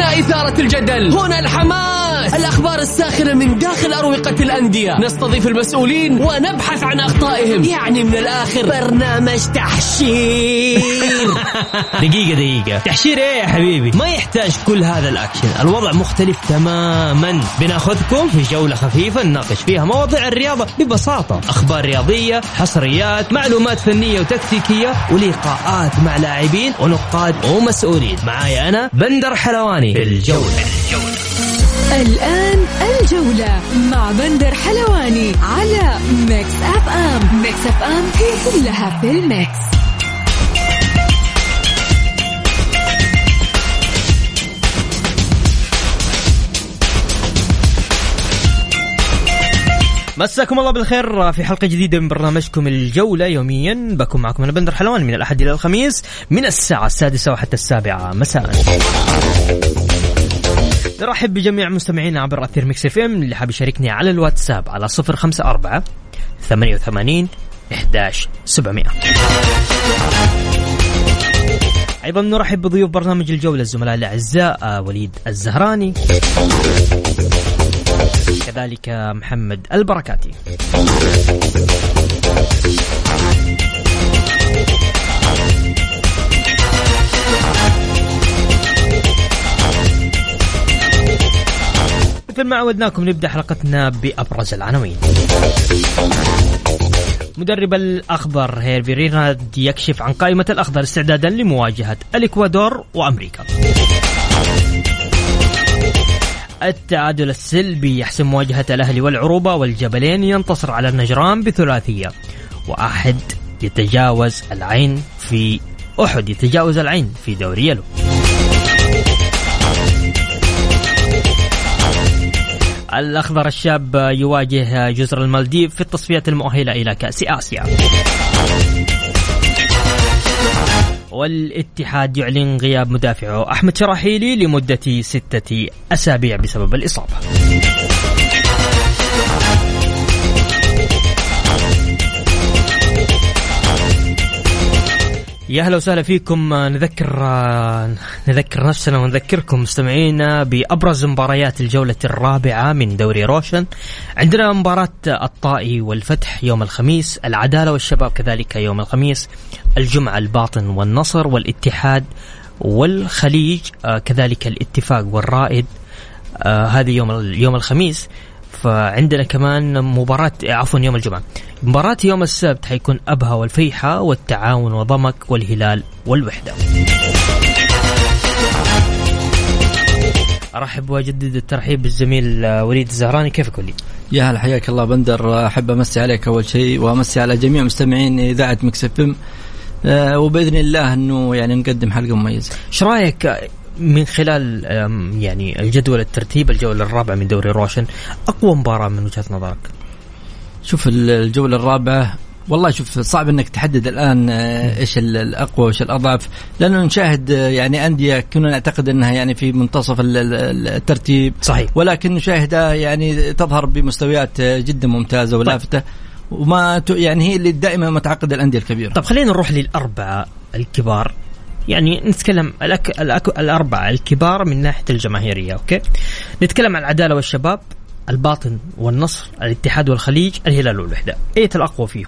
هنا إثارة الجدل، هنا الحماس، الأخبار الساخنة من داخل أروقة الأندية، نستضيف المسؤولين ونبحث عن أخطائهم. يعني من الآخر برنامج تحشير. دقيقة تحشير ايه يا حبيبي؟ ما يحتاج كل هذا الأكشن، الوضع مختلف تماما. بناخذكم في جولة خفيفة نناقش فيها مواضيع الرياضة ببساطة، أخبار رياضية، حصريات، معلومات فنية وتكتيكية، ولقاءات مع لاعبين ونقاد ومسؤولين. معايا أنا بندر حلواني في الجولة. الآن الجولة مع بندر حلواني على ميكس أف أم. ميكس أف أم هي كلها في الميكس. مساكم الله بالخير في حلقة جديدة من برنامجكم الجولة. يوميا بكون معكم أنا بندر حلوان من الأحد إلى الخميس من الساعة 6 وحتى 7 مساء. نرحب بجميع مستمعينا عبر أثير ميكس اف ام. اللي حاب يشاركني على الواتساب على 054 88 11 700. أيضا نرحب بضيوف برنامج الجولة الزملاء الأعزاء وليد الزهراني، كذلك محمد البركاتي. مثل ما عودناكم نبدأ حلقتنا بأبرز العناوين. مدرب الأخضر هيرفي رينارد يكشف عن قائمة الأخضر استعدادا لمواجهة الإكوادور وأمريكا. التعادل السلبي يحسم مواجهة الأهلي والعروبة، والجبلين ينتصر على النجران بثلاثية. وأحد يتجاوز العين في دوري يلو. الأخضر الشاب يواجه جزر المالديف في التصفيات المؤهلة إلى كأس آسيا. والاتحاد يعلن غياب مدافعه أحمد شراحيلي لمدة 6 أسابيع بسبب الإصابة. يا أهلا وسهلا فيكم. نذكر نفسنا ونذكركم مستمعينا بأبرز مباريات الجولة الرابعة من دوري روشن. عندنا مباراة الطائي والفتح يوم الخميس، العدالة والشباب كذلك يوم الخميس، الجمعة الباطن والنصر والاتحاد والخليج كذلك الاتفاق والرائد هذه يوم الخميس. فعندنا كمان مباراة يوم الجمعة. مباراة يوم السبت حيكون أبها والفيحة والتعاون وضمك والهلال والوحدة. أرحب وأجدد الترحيب بالزميل وليد الزهراني. كيفك وليد؟ يا هلا، حياك الله بندر. أحب أمسي عليك أول شيء وأمسي على جميع مستمعين إذاعة ميكس اف ام، وبإذن الله أنه يعني نقدم حلقة مميزة. إيش رأيك من خلال يعني الجدول الترتيب الجولة الرابعة من دوري روشن، أقوى مباراة من وجهة نظرك؟ شوف الجولة الرابعة والله شوف صعب انك تحدد الان ايش الاقوى وايش الاضعف، لانه نشاهد يعني انديه كنا نعتقد انها يعني في منتصف الترتيب صحيح، ولكن نشاهدها يعني تظهر بمستويات جدا ممتازه ولافتة وما يعني هي اللي دائما متعقد الانديه الكبيره. طب خلينا نروح للاربعه الكبار، يعني نتكلم الأربعة الكبار من ناحية الجماهيرية. أوكي، نتكلم عن العدالة والشباب، الباطن والنصر، الاتحاد والخليج، الهلال والوحدة. أية الأقوى فيهم؟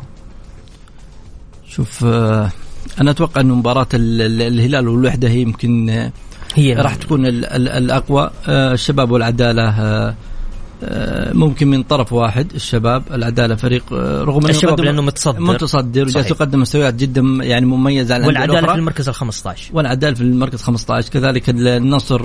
شوف أنا أتوقع أن مباراة الهلال والوحدة هي يمكن هي راح تكون الأقوى. الشباب والعدالة ممكن من طرف واحد. الشباب العدالة فريق رغم الشباب لأنه متصدر وجالس يقدم مستويات جدا يعني مميزة على والعدالة في المركز 15، والعدالة في المركز 15 كذلك. النصر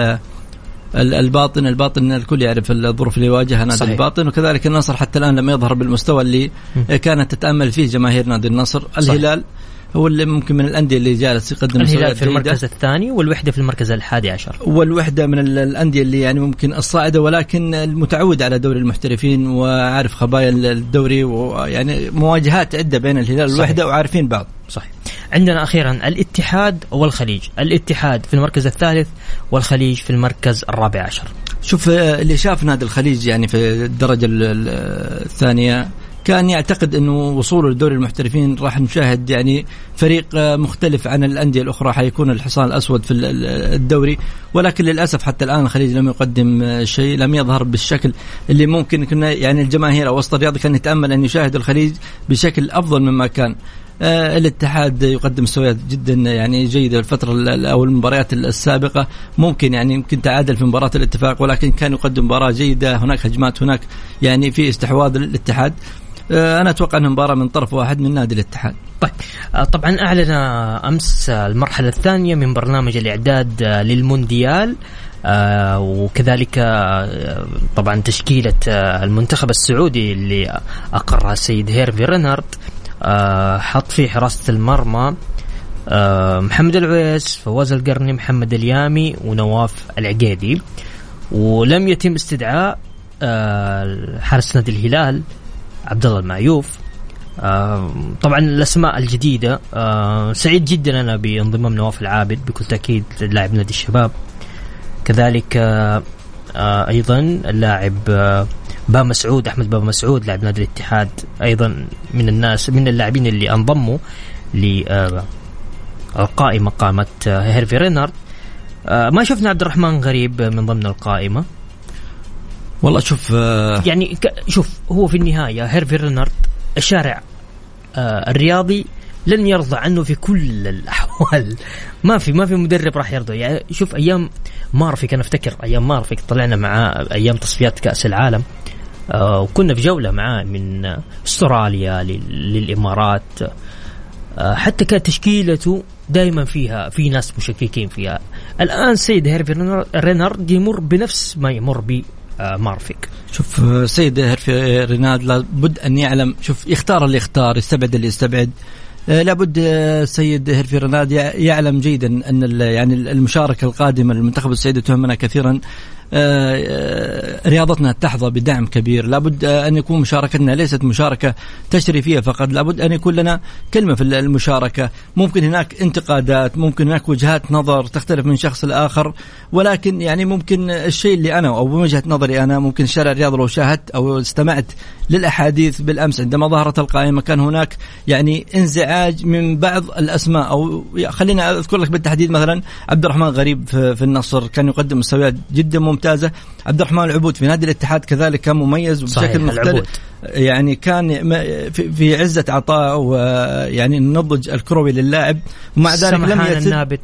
الباطن الكل يعرف الظروف اللي واجهها نادي الباطن، وكذلك النصر حتى الآن لم يظهر بالمستوى اللي كانت تتأمل فيه جماهير نادي النصر. الهلال هو اللي ممكن من الأندية اللي جالس يقدم الهلال في المركز الثاني والوحدة في المركز 11، والوحدة من الأندية اللي يعني ممكن الصاعدة ولكن المتعود على دوري المحترفين وعارف خبايا الدوري، ويعني مواجهات عدة بين الهلال والوحدة وعارفين بعض. صحيح. عندنا أخيرا الاتحاد والخليج، الاتحاد في المركز الثالث والخليج في المركز 14. شوف اللي شاف نادي الخليج يعني في الدرجة الثانية كان يعتقد أنه وصوله لدوري المحترفين راح نشاهد يعني فريق مختلف عن الأندية الأخرى، حيكون الحصان الأسود في الدوري، ولكن للأسف حتى الآن الخليج لم يقدم شيء، لم يظهر بالشكل اللي ممكن كنا يعني الجماهير أو وسط الرياضي كان يتأمل أن يشاهد الخليج بشكل أفضل مما كان. الاتحاد يقدم مستويات جدا يعني جيدة الفترة أو المباريات السابقة، يمكن تعادل في مباراة الاتفاق، ولكن كان يقدم مباراة جيدة، هناك هجمات، هناك يعني في استحواذ للاتحاد. أنا أتوقع أنها مباراة من طرف واحد من نادي الاتحاد. طيب طبعا أعلن أمس المرحلة الثانية من برنامج الإعداد للمونديال، وكذلك طبعا تشكيلة المنتخب السعودي اللي أقرها السيد هيرفي رينارد. حط في حراسة المرمى محمد العويس، فواز القرني، محمد اليامي، ونواف العقيدي. ولم يتم استدعاء حارس نادي الهلال عبد الله المعيوف. طبعا الأسماء الجديدة، سعيد جدا أنا بانضمام نواف العابد بكل تأكيد لاعب نادي الشباب، كذلك أيضا اللاعب باب مسعود، أحمد باب مسعود لاعب نادي الاتحاد، أيضا من اللاعبين اللي انضموا للقائمة قامة هيرفي رينارد. ما شفنا عبد الرحمن غريب من ضمن القائمة. والله شوف يعني شوف، هو في النهاية هيرفي رينارد الشارع الرياضي لن يرضى عنه في كل الأحوال. ما في مدرب راح يرضى. يعني شوف أيام مارفيك، أنا أفتكر أيام مارفيك طلعنا معاه أيام تصفيات كأس العالم، وكنا في جولة معاه من استراليا للإمارات. حتى كانت تشكيلته دائما فيها في ناس مشككين فيها. الآن سيد هيرفي رينارد يمر بنفس ما يمر بمارفيك. شوف سيد هيرفي رينارد لابد أن يعلم، شوف يختار اللي يختار، يستبعد اللي يستبعد. لابد سيد هيرفي رينارد يعلم جيدا أن يعني المشاركة القادمة للمنتخب السعودي تهمنا كثيرا. رياضتنا تحظى بدعم كبير، لابد أن يكون مشاركتنا ليست مشاركة تشريفية فقط، لابد أن يكون لنا كلمة في المشاركة. ممكن هناك انتقادات، ممكن هناك وجهات نظر تختلف من شخص لآخر، ولكن يعني ممكن الشيء اللي أنا أو بوجهة نظري أنا، ممكن الشارع الرياضي لو شاهدت أو استمعت للأحاديث بالأمس عندما ظهرت القائمة كان هناك يعني انزعاج من بعض الأسماء، أو خلينا أذكر لك بالتحديد مثلا عبد الرحمن غريب في النصر كان يقدم مستويات جدا ممتازة. عبد الرحمن العبود في نادي الاتحاد كذلك كان مميز بشكل مختلف، يعني كان في عزة عطاء ويعني النضج الكروي لللاعب، ومع ذلك لم يتم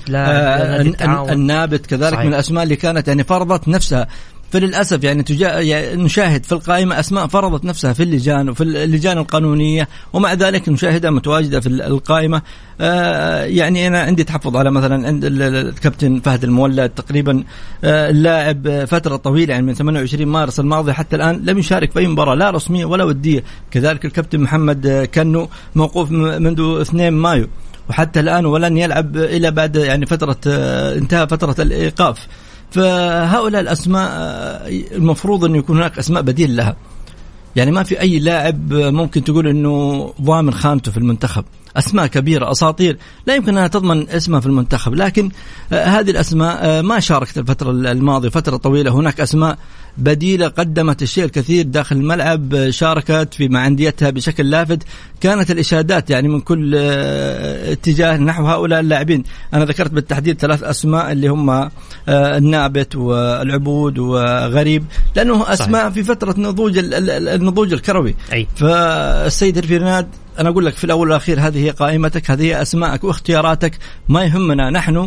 النابت كذلك صحيح. من الأسماء اللي كانت يعني فرضت نفسها. فللأسف يعني نشاهد في القائمة أسماء فرضت نفسها في اللجان وفي اللجان القانونية، ومع ذلك نشاهدها متواجدة في القائمة. يعني أنا عندي تحفظ على مثلا عند الكابتن فهد المولد تقريبا، اللاعب فترة طويلة يعني من 28 مارس الماضي حتى الآن لم يشارك في أي مباراة لا رسمية ولا ودية. كذلك الكابتن محمد كنو موقوف منذ 2 مايو وحتى الآن ولن يلعب إلى بعد يعني انتهى فترة الإيقاف. فهؤلاء الأسماء المفروض أن يكون هناك أسماء بديل لها، يعني ما في أي لاعب ممكن تقول أنه ضامن خانته في المنتخب. أسماء كبيرة أساطير لا يمكن أن تضمن اسمها في المنتخب، لكن هذه الأسماء ما شاركت الفترة الماضية فترة طويلة. هناك أسماء بديلة قدمت الشيء الكثير داخل الملعب، شاركت في مع أنديتها بشكل لافت. كانت الإشادات يعني من كل اتجاه نحو هؤلاء اللاعبين. أنا ذكرت بالتحديد 3 أسماء اللي هم النابت والعبود وغريب، لأنه أسماء في فترة النضوج الكروي. فالسيد هيرفي رينارد أنا أقول لك في الأول والأخير هذه هي قائمتك، هذه هي أسماءك واختياراتك. ما يهمنا نحن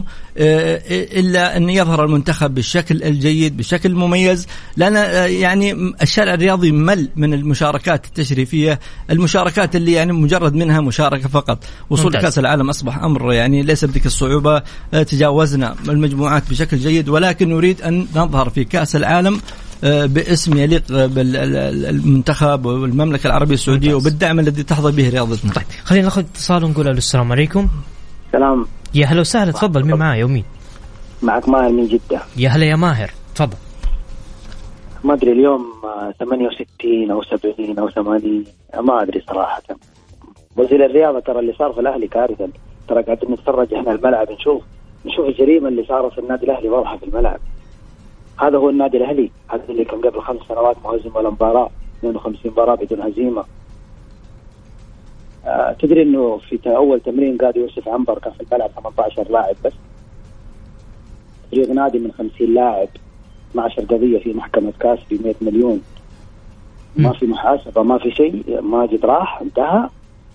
إلا أن يظهر المنتخب بالشكل الجيد بشكل مميز، لأن يعني الشارع الرياضي مل من المشاركات التشريفية، المشاركات اللي يعني مجرد منها مشاركة فقط. وصول كأس العالم أصبح أمر يعني ليس بذيك الصعوبة، تجاوزنا المجموعات بشكل جيد، ولكن نريد أن نظهر في كأس العالم باسم يليق بالمنتخب والمملكة العربية السعودية وبالدعم الذي تحظى به رياضتنا. طيب خلينا ناخذ اتصال ونقول له السلام عليكم. سلام، يا هلا وسهلا، تفضل. مين معايا ومين؟ معك ماهر من جدة. يا هلا يا ماهر، تفضل. ما أدري اليوم 68 أو 70 أو 80 ما أدري صراحة. وزير الرياضة ترى اللي صار في الأهلي كارثة. ترى قاعدين نتفرج احنا الملعب نشوف الجريمة اللي صارت في النادي الأهلي واضحة في الملعب. هذا هو النادي الأهلي، هذا اللي كان قبل 5 سنوات مهزم ولا مباراة، 52 مباراة بدون هزيمة. تدري انه في اول تمرين قاد يوسف عنبر كان في الملعب 18 لاعب بس. فريق نادي من 50 لاعب 12 قضيه في محكمه كاس ب 100 مليون، ما في محاسبه ما في شيء. ماجد راح انتهى.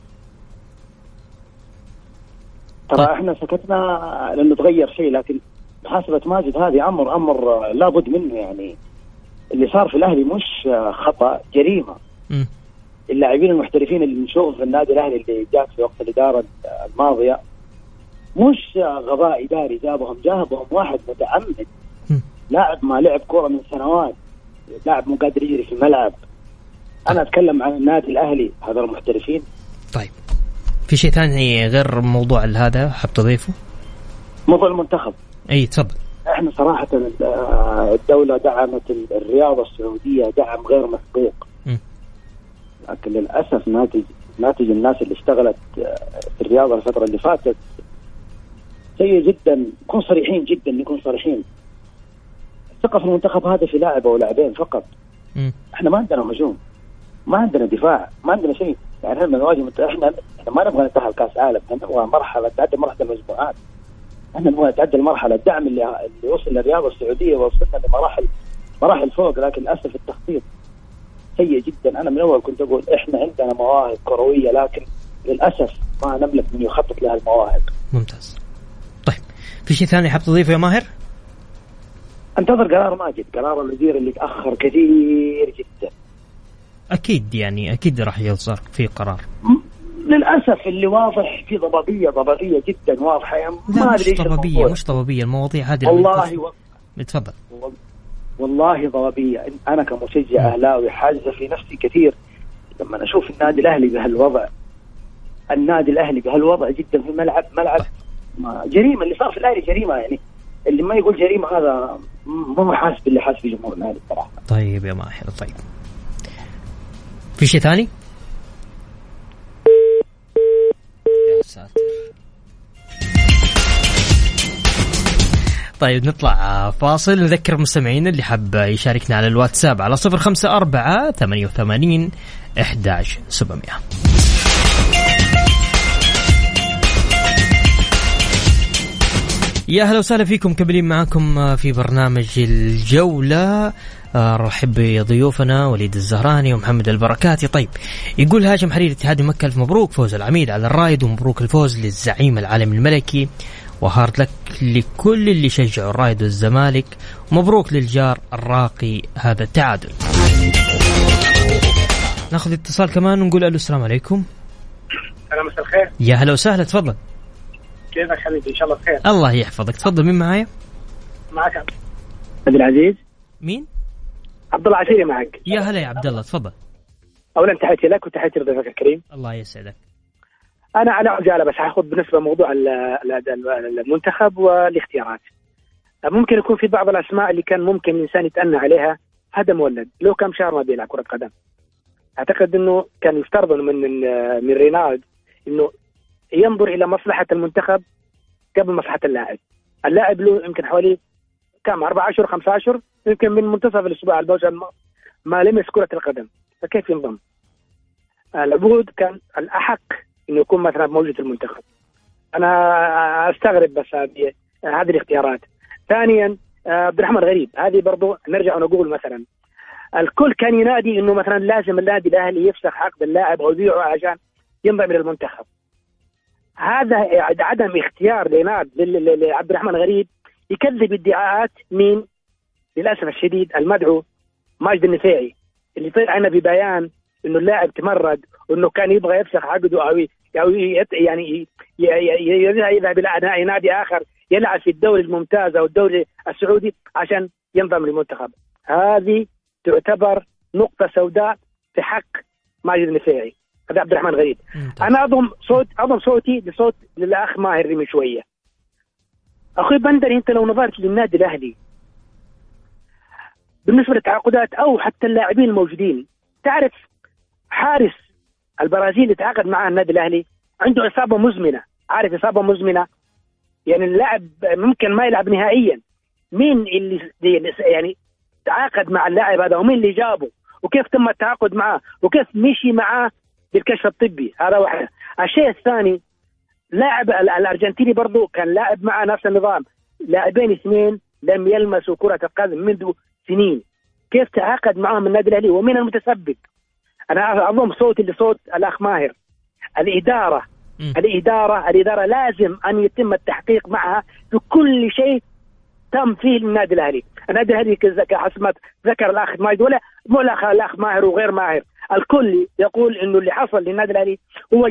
ترى احنا سكتنا لانه تغير شيء، لكن محاسبه ماجد هذه امر لابد منه. يعني اللي صار في الاهلي مش خطا، جريمه. اللاعبين المحترفين اللي نشوف في النادي الاهلي اللي جات في وقت الاداره الماضيه مش غباء اداري جابهم واحد متعمد، لاعب ما لعب كوره من سنوات، لاعب مو قادر يجري في الملعب. انا اتكلم عن النادي الاهلي، هذا المحترفين. طيب في شيء ثاني غير موضوع هذا حاب تضيفه؟ موضوع المنتخب. اي تفضل. احنا صراحه الدوله دعمت الرياضه السعوديه دعم غير مسبوق، لكن للاسف ناتج الناس اللي اشتغلت في الرياضه الفتره اللي فاتت سيء جدا. نكون صريحين. الثقه في المنتخب هذا في لاعب او لاعبين فقط. احنا ما عندنا هجوم، ما عندنا دفاع، ما عندنا شيء. يعني احنا نواجه، احنا ما نبغى نتأهل كاس عالم، احنا نبغى تعدي مرحله المجموعات. احنا نبغى نتعدى المرحله. الدعم اللي وصل للرياضه السعوديه وصلنا لمراحل فوق، لكن للاسف التخطيط سيء جدا. انا من اول كنت اقول احنا عندنا مواهب كرويه، لكن للاسف ما نملك من يخطط لها المواهب. ممتاز. طيب في شيء ثاني حاب تضيفه يا ماهر؟ انتظر قرار ماجد، قرار الوزير اللي تاخر كثير جدا. اكيد راح يصدر في قرار. للاسف اللي واضح في ضبابيه جدا واضحه. يعني ما ادري مش ضبابيه المواضيع هذه. والله تفضل. والله ضبابيه. انا كمشجع اهلاوي حاجه في نفسي كثير لما اشوف النادي الاهلي بهالوضع جدا في ملعب جريمه. اللي صار في الاهلي جريمه. يعني اللي ما يقول جريمه هذا مو حاسب اللي حاسب جمهور الاهلي صراحه. طيب يا ماهر، طيب في شيء ثاني؟ يا ساتر. طيب نطلع فاصل. نذكر مستمعين اللي حب يشاركنا على الواتساب على 0548811700. يا أهلا وسهلا فيكم، كملين معاكم في برنامج الجولة. رحب بضيوفنا وليد الزهراني ومحمد البركاتي. طيب يقول هاشم حريري اتحاد مكة ألف مبروك فوز العميد على الرايد، ومبروك الفوز للزعيم العالمي الملكي، وهارد لك لكل اللي شجعوا الرايد والزمالك، ومبروك للجار الراقي هذا التعادل. ناخذ اتصال كمان ونقول ألو السلام عليكم. السلام، مساء الخير. يا هلا وسهلا، تفضل. كيفك حبيبي؟ إن شاء الله بخير. الله يحفظك. تفضل. مين معايا؟ معك عبد العزيز. مين؟ عبد الله عشيري معك. يا هلا يا عبد الله، تفضل. أولا تحياتي لك وتحياتي لضيفك الكريم. الله يسعدك. أنا على عجالة بس هاخذ بالنسبة لموضوع المنتخب والاختيارات. ممكن يكون في بعض الأسماء اللي كان ممكن الإنسان يتأنى عليها. هذا مولد لو كم شهر ما بيلعب كرة قدم. أعتقد إنه كان يفترض من رينالد إنه ينظر إلى مصلحة المنتخب قبل مصلحة اللاعب. اللاعب له يمكن حوالي 4 أشهر 5 أشهر يمكن من منتصف الأسبوع البوجة ما لمس كرة القدم، فكيف ينضم؟ العبود كان الأحق إنه يكون مثلا موجود في المنتخب. أنا أستغرب بس هذه الاختيارات. ثانيا عبد الرحمن غريب، هذه برضو نرجع ونقول مثلا الكل كان ينادي إنه مثلا لازم النادي الأهلي يفسخ عقد اللاعب أو يبيعه عشان ينضم إلى المنتخب. هذا عدم اختيار لعبد الرحمن غريب يكذب ادعاءات مين؟ للأسف الشديد المدعو ماجد النفيعي اللي طلع لنا ببيان إنه اللاعب تمرد وإنه كان يبغى يفسخ عقده أو يعني يذهب إلى نادي آخر يلعب في الدوري الممتاز أو الدوري السعودي عشان ينضم للمنتخب. هذه تعتبر نقطة سوداء في حق ماجد النفيعي. هذا عبد الرحمن غريب. أنا أضم صوتي لصوت للأخ ماهر من شوية. أخوي بندر، أنت لو نظرت للنادي الأهلي بالنسبة للتعاقدات أو حتى اللاعبين الموجودين، تعرف حارس البرازيل اللي تعاقد معاه النادي الأهلي عنده إصابة مزمنة. عارف إصابة مزمنة يعني اللاعب ممكن ما يلعب نهائيا. مين اللي يعني تعاقد مع اللاعب هذا ومين اللي جابه وكيف تم التعاقد معاه وكيف مشي معاه بالكشف الطبي. هذا واحد. الشيء الثاني لاعب الأرجنتيني برضو كان لاعب مع نفس النظام، لاعبين اثنين لم يلمسوا كرة القدم منذ سنين، كيف تعاقد معهم النادي الأهلي ومن المتسبب؟ أنا أضم صوتي لصوت الأخ ماهر. الإدارة لازم أن يتم التحقيق معها في كل شيء تم فيه النادي الأهلي. النادي الأهلي كحسب ما ذكر الأخ ماجد ولا مو الأخ ماهر وغير ماهر، الكل يقول إنه اللي حصل للنادي الأهلي هو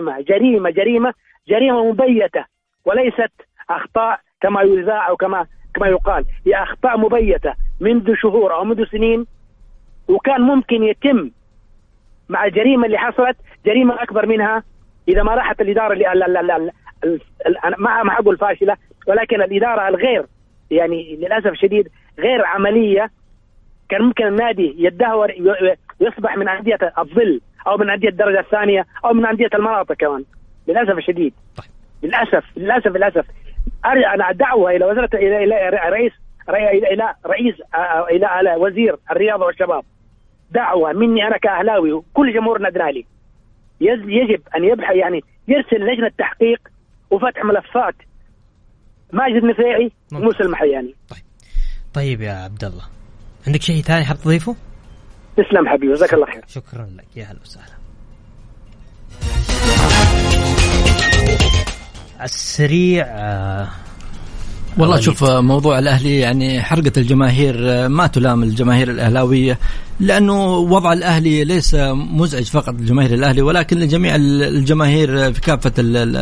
جريمة مبيتة، وليست أخطاء كما يذاع أو كما يقال، هي أخطاء مبيتة منذ شهور أو منذ سنين، وكان ممكن يتم مع الجريمة اللي حصلت جريمة أكبر منها إذا ما راحت الإدارة ما أقول فاشلة، ولكن الإدارة الغير يعني للأسف شديد غير عملية. كان ممكن النادي يدهور يصبح من أندية الظل أو من أندية الدرجة الثانية أو من أندية المناطق كمان، للأسف الشديد. للأسف أنا دعوة إلى وزارة إلى وزير الرياضة والشباب، دعوة مني أنا كأهلاوي وكل جمهور النادي الأهلي، يجب أن يبحث يعني يرسل لجنة تحقيق وفتح ملفات ماجد نفيعي وموسى المحياني. طيب يا عبد الله، عندك شيء ثاني حاب تضيفه؟ تسلم حبيبي، جزاك الله خير. شكرا لك، يا هلا وسهلا. السريع والله شوف، موضوع الأهلي يعني حرقة الجماهير ما تلام الجماهير الأهلاوية، لأنه وضع الأهلي ليس مزعج فقط لجماهير الأهلي ولكن لجميع الجماهير في كافة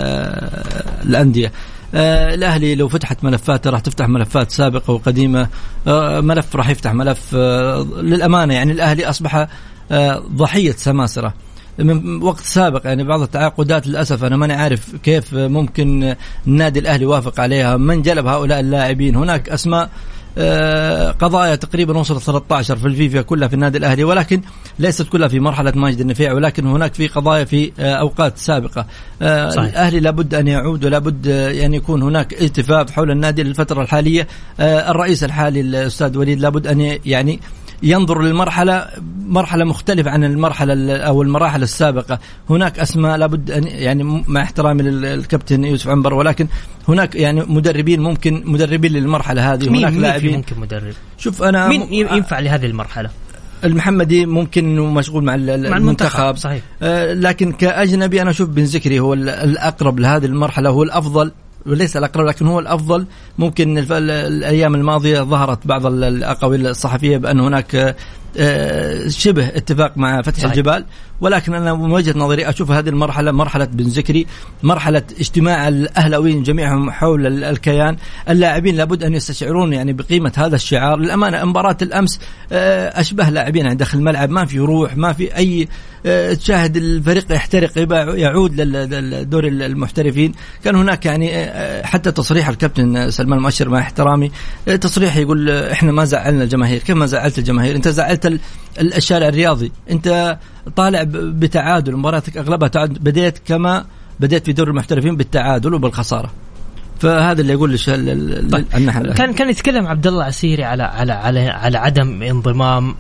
الأندية. الأهلي لو فتحت ملفاته راح تفتح ملفات سابقة وقديمة، ملف راح يفتح ملف. للأمانة يعني الأهلي أصبح ضحية سماسرة من وقت سابق، يعني بعض التعاقدات للأسف أنا ماني عارف كيف ممكن النادي الأهلي وافق عليها، من جلب هؤلاء اللاعبين. هناك أسماء قضايا تقريبا وصلت 13 في الفيفا كلها في النادي الأهلي، ولكن ليست كلها في مرحلة ماجد النفيع، ولكن هناك في قضايا في أوقات سابقة. الأهلي لابد أن يعود، ولابد يعني يكون هناك التفاف حول النادي للفترة الحالية. الرئيس الحالي الأستاذ وليد لابد أن يعني ينظر للمرحلة مرحلة مختلفة عن المرحلة أو المراحل السابقة. هناك أسماء لابد أن يعني مع احترامي للكابتن يوسف عنبر، ولكن هناك يعني مدربين مدربين للمرحلة هذه. هناك لاعبين ممكن مدرب. شوف أنا مين ينفع لهذه المرحلة؟ المحمدي ممكن إنه مشغول مع المنتخب صحيح. لكن كأجنبي أنا أشوف بن زكري هو الأقرب لهذه المرحلة، هو الأفضل وليس الأقرب لكن هو الأفضل. ممكن الأيام الماضية ظهرت بعض الأقاويل الصحفية بأن هناك شبه اتفاق مع فتح الجبال، ولكن أنا من وجهة نظري أشوف هذه المرحلة مرحلة بن زكري، مرحلة اجتماع الأهلاويين جميعهم حول الكيان. اللاعبين لابد أن يستشعرون يعني بقيمة هذا الشعار. للأمانة مباراة الأمس أشبه لاعبين عند داخل الملعب، ما في روح، ما في أي تشاهد الفريق يحترق يعود للدور المحترفين. كان هناك يعني حتى تصريح الكابتن سلمان مؤشر مع احترامي، تصريح يقول إحنا ما زعلنا الجماهير. كيف ما زعلت الجماهير؟ أنت زعلت الشارع الرياضي، أنت طالع بتعادل، مباراتك أغلبها تعادل، بديت كما بديت في دور المحترفين بالتعادل وبالخسارة. فهذا اللي يقول النحل. كان يتكلم عبد الله عسيري على عدم انضمام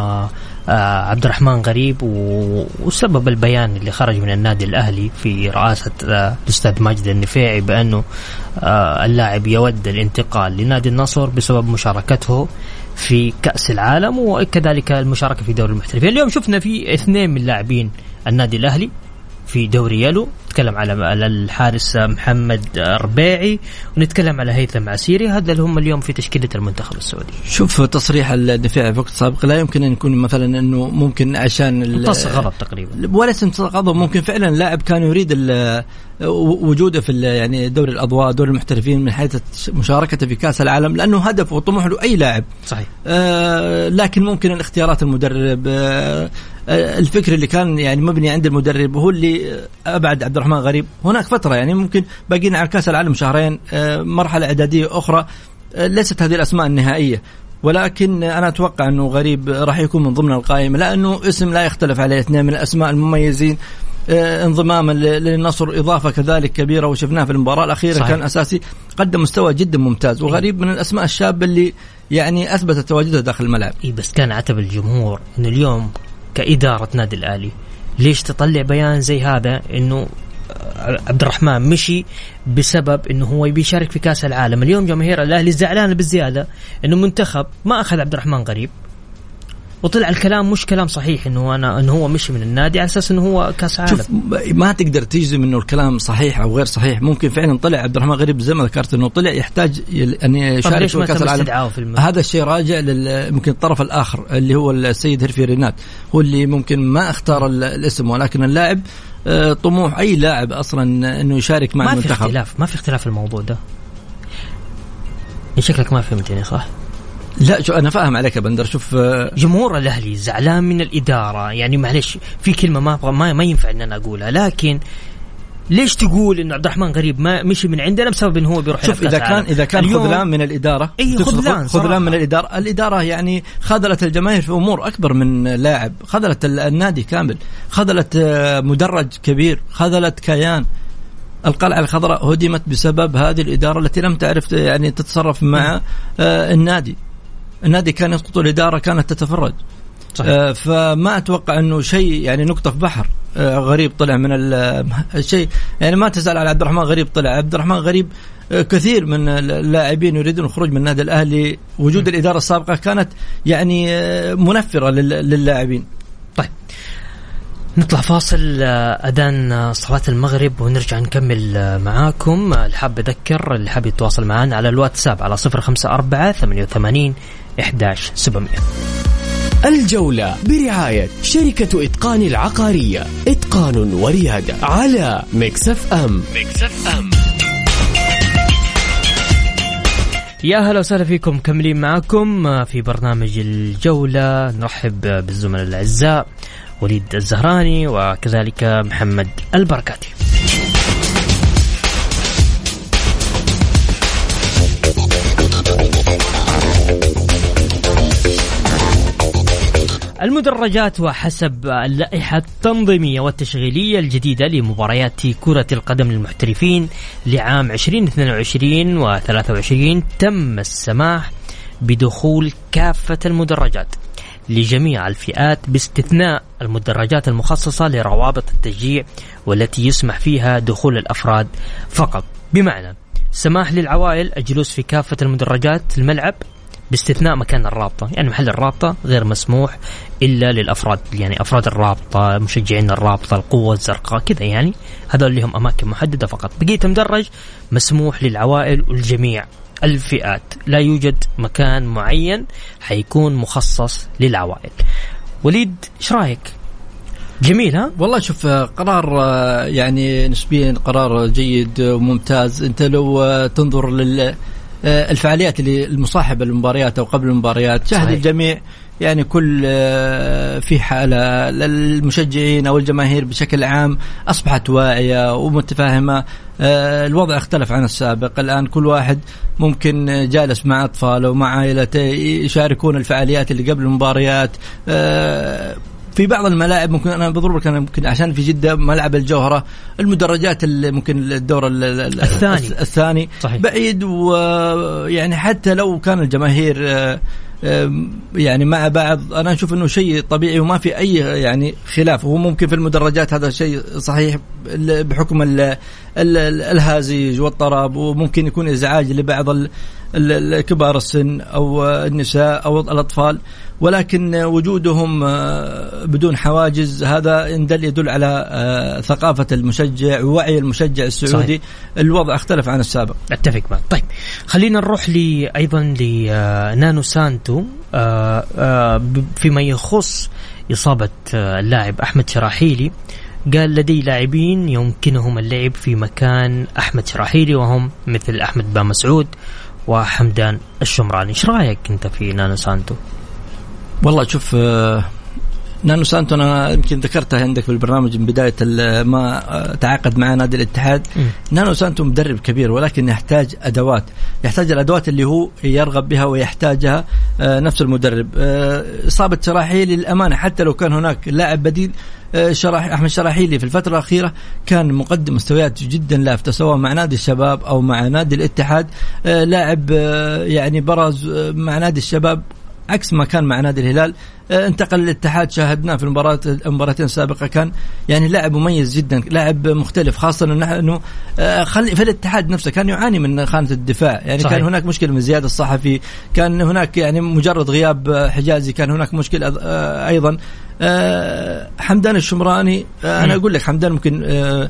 عبد الرحمن غريب وسبب البيان اللي خرج من النادي الأهلي في رئاسة الأستاذ ماجد النفيعي بأنه اللاعب يود الانتقال لنادي النصر بسبب مشاركته في كأس العالم وكذلك المشاركة في دوري المحترفين. اليوم شفنا في 2 من لاعبين النادي الأهلي في دوري يلو، نتكلم على الحارس محمد ربيعي ونتكلم على هيثم عسيري، هذا اللي هم اليوم في تشكيلة المنتخب السعودي. شوف تصريح الدفاع في وقت سابق لا يمكن أن يكون مثلا أنه ممكن عشان امتص غضب تقريبا، ولا امتص غضب، ممكن فعلا لاعب كان يريد وجوده في يعني دوري الأضواء دوري المحترفين من حيث مشاركته في كأس العالم، لأنه هدف وطموح له أي لاعب صحيح. لكن ممكن الاختيارات المدرب، الفكر اللي كان يعني مبني عند المدرب هو اللي أبعد عبد الرحمن غريب. هناك فترة يعني ممكن باقينا على كأس العالم شهرين، مرحلة إعدادية أخرى، ليست هذه الأسماء النهائية، ولكن أنا أتوقع أنه غريب راح يكون من ضمن القائمة، لأنه اسم لا يختلف عليه، 2 من الأسماء المميزين، انضماما للنصر إضافة كذلك كبيرة، وشفناه في المباراة الأخيرة صحيح. كان أساسي، قدم مستوى جدا ممتاز، وغريب من الأسماء الشابة اللي يعني أثبتت تواجدها داخل الملعب. بس كان عتب الجمهور إنه اليوم كإدارة نادي الأهلي ليش تطلع بيان زي هذا إنه عبد الرحمن مشي بسبب إنه هو يبي يشارك في كأس العالم؟ اليوم جماهير الأهلي زعلانة بالزيادة إنه منتخب ما أخذ عبد الرحمن غريب، وطلع الكلام مش كلام صحيح إنه هو مشي من النادي على أساس إنه هو كأس عالم. شوف، ما تقدر تجزم إنه الكلام صحيح أو غير صحيح. ممكن فعلا طلع عبد الرحمن غريب زي ما ذكرت إنه طلع يحتاج أن يشارك في كأس العالم. هذا الشيء راجع ممكن الطرف الآخر اللي هو السيد هيرفي رينات، هو اللي ممكن ما اختار الاسم، ولكن اللاعب طموح أي لاعب أصلا إنه يشارك مع المنتخب. ما في اختلاف في الموضوع ده. شكلك ما فهمتني صح؟ لا شو أنا فاهم عليك يا بندر. شوف، جمهور الأهلي زعلان من الإدارة، يعني معلش في كلمة ما ينفع إن أنا أقولها، لكن ليش تقول إنه عبد الرحمن غريب ما مشي من عندنا بسبب إنه هو بيروح؟ شوف، إذا كان خذلان من الإدارة، خذلان من الإدارة يعني خذلت الجماهير في أمور أكبر من لاعب، خذلت النادي كامل، خذلت مدرج كبير، خذلت كيان. القلعة الخضراء هدمت بسبب هذه الإدارة التي لم تعرف يعني تتصرف مع النادي كان يسقط، الإدارة كانت تتفرج. فما أتوقع أنه شيء يعني نقطة في بحر. غريب طلع من الشيء، يعني ما تسأل على عبد الرحمن غريب. طلع عبد الرحمن غريب كثير من اللاعبين يريدون الخروج من النادي الأهلي. وجود الإدارة السابقة كانت يعني منفرة للاعبين. طيب نطلع فاصل أذان صلاة المغرب ونرجع نكمل معاكم. الحاب أذكر اللي حاب يتواصل معنا على الواتساب على 0548811700. الجولة برعاية شركة إتقان العقارية، إتقان وريادة، على ميكس اف ام. يا هلا وسهلا فيكم، كملين معكم في برنامج الجولة. نرحب بالزملاء الأعزاء وليد الزهراني وكذلك محمد البركاتي. المدرجات وحسب اللائحة التنظيمية والتشغيلية الجديدة لمباريات كرة القدم للمحترفين لعام 2022 و23 تم السماح بدخول كافة المدرجات لجميع الفئات باستثناء المدرجات المخصصة لروابط التشجيع والتي يسمح فيها دخول الأفراد فقط. بمعنى سماح للعوائل الجلوس في كافة المدرجات الملعب باستثناء مكان الرابطة، يعني محل الرابطة غير مسموح إلا للأفراد، يعني أفراد الرابطة، مشجعين الرابطة، القوة الزرقاء كذا، يعني هذول لهم أماكن محددة فقط. بقية المدرج مسموح للعوائل والجميع الفئات، لا يوجد مكان معين حيكون مخصص للعوائل. وليد إيش رأيك؟ جميل ها؟ والله شوف، قرار يعني نسبيا قرار جيد وممتاز. أنت لو تنظر الفعاليات اللي المصاحبة للمباريات أو قبل المباريات شاهد الجميع، يعني كل في حالة المشجعين أو الجماهير بشكل عام أصبحت واعية ومتفاهمة. الوضع اختلف عن السابق. الآن كل واحد ممكن جالس مع أطفاله ومع عائلته يشاركون الفعاليات اللي قبل المباريات. في بعض الملاعب ممكن أنا بضربك، أنا ممكن عشان في جدة ملعب الجوهرة المدرجات اللي ممكن الدور الثاني صحيح. بعيد، ويعني حتى لو كان الجماهير يعني مع بعض أنا أشوف أنه شيء طبيعي وما في أي يعني خلاف. وهو ممكن في المدرجات هذا شيء صحيح بحكم الهازيج والطرب، وممكن يكون إزعاج لبعض الكبار السن أو النساء أو الأطفال، ولكن وجودهم بدون حواجز هذا يدل على ثقافة المشجع ووعي المشجع السعودي. صحيح. الوضع اختلف عن السابق. اتفق معك. طيب خلينا نروح أيضا لنانو سانتو فيما يخص إصابة اللاعب أحمد شراحيلي. قال لدي لاعبين يمكنهم اللعب في مكان أحمد شراحيلي وهم مثل أحمد بن مسعود وحمدان الشمراني. ايش رايك انت في نانو سانتو؟ والله شوف، نانو سانتو أنا يمكن ذكرتها عندك في البرنامج من بداية ما تعاقد مع نادي الاتحاد. نانو سانتو مدرب كبير، ولكن يحتاج أدوات، يحتاج الأدوات اللي هو يرغب بها ويحتاجها نفس المدرب. إصابة شراحيلي للأمانة حتى لو كان هناك لاعب بديل، أحمد شراحيلي في الفترة الأخيرة كان مقدم مستويات جدا لافتة سواء مع نادي الشباب أو مع نادي الاتحاد. لاعب يعني برز مع نادي الشباب عكس ما كان مع نادي الهلال. انتقل للاتحاد، شاهدناه في المباراتين السابقة، كان يعني لاعب مميز جدا، لاعب مختلف، خاصة انه في الاتحاد نفسه كان يعاني من خانة الدفاع، يعني صحيح. كان هناك مشكلة من زياد الصحفي، كان هناك يعني مجرد غياب حجازي، كان هناك مشكلة أيضا. حمدان الشمراني، أنا أقول لك حمدان ممكن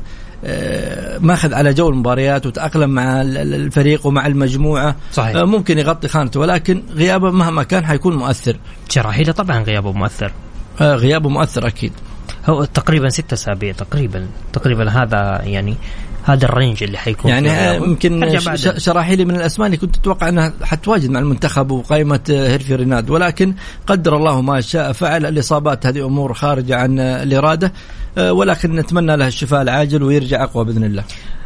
ماخذ على جو المباريات وتأقلم مع الفريق ومع المجموعة، صحيح. ممكن يغطي خانته، ولكن غيابه مهما كان حيكون مؤثر. شراحيله طبعا غيابه مؤثر، غيابه مؤثر أكيد. هو تقريبا 6 أسابيع تقريبا هذا يعني هذا الرينج اللي حيكون يعني يمكن شراحيلي من الأسماء اللي كنت أتوقع أنها حتواجد مع المنتخب وقائمة هيرفي ريناد، ولكن قدر الله ما شاء فعل. الإصابات هذه أمور خارجة عن الإرادة، ولكن نتمنى له الشفاء العاجل ويرجع أقوى بإذن الله.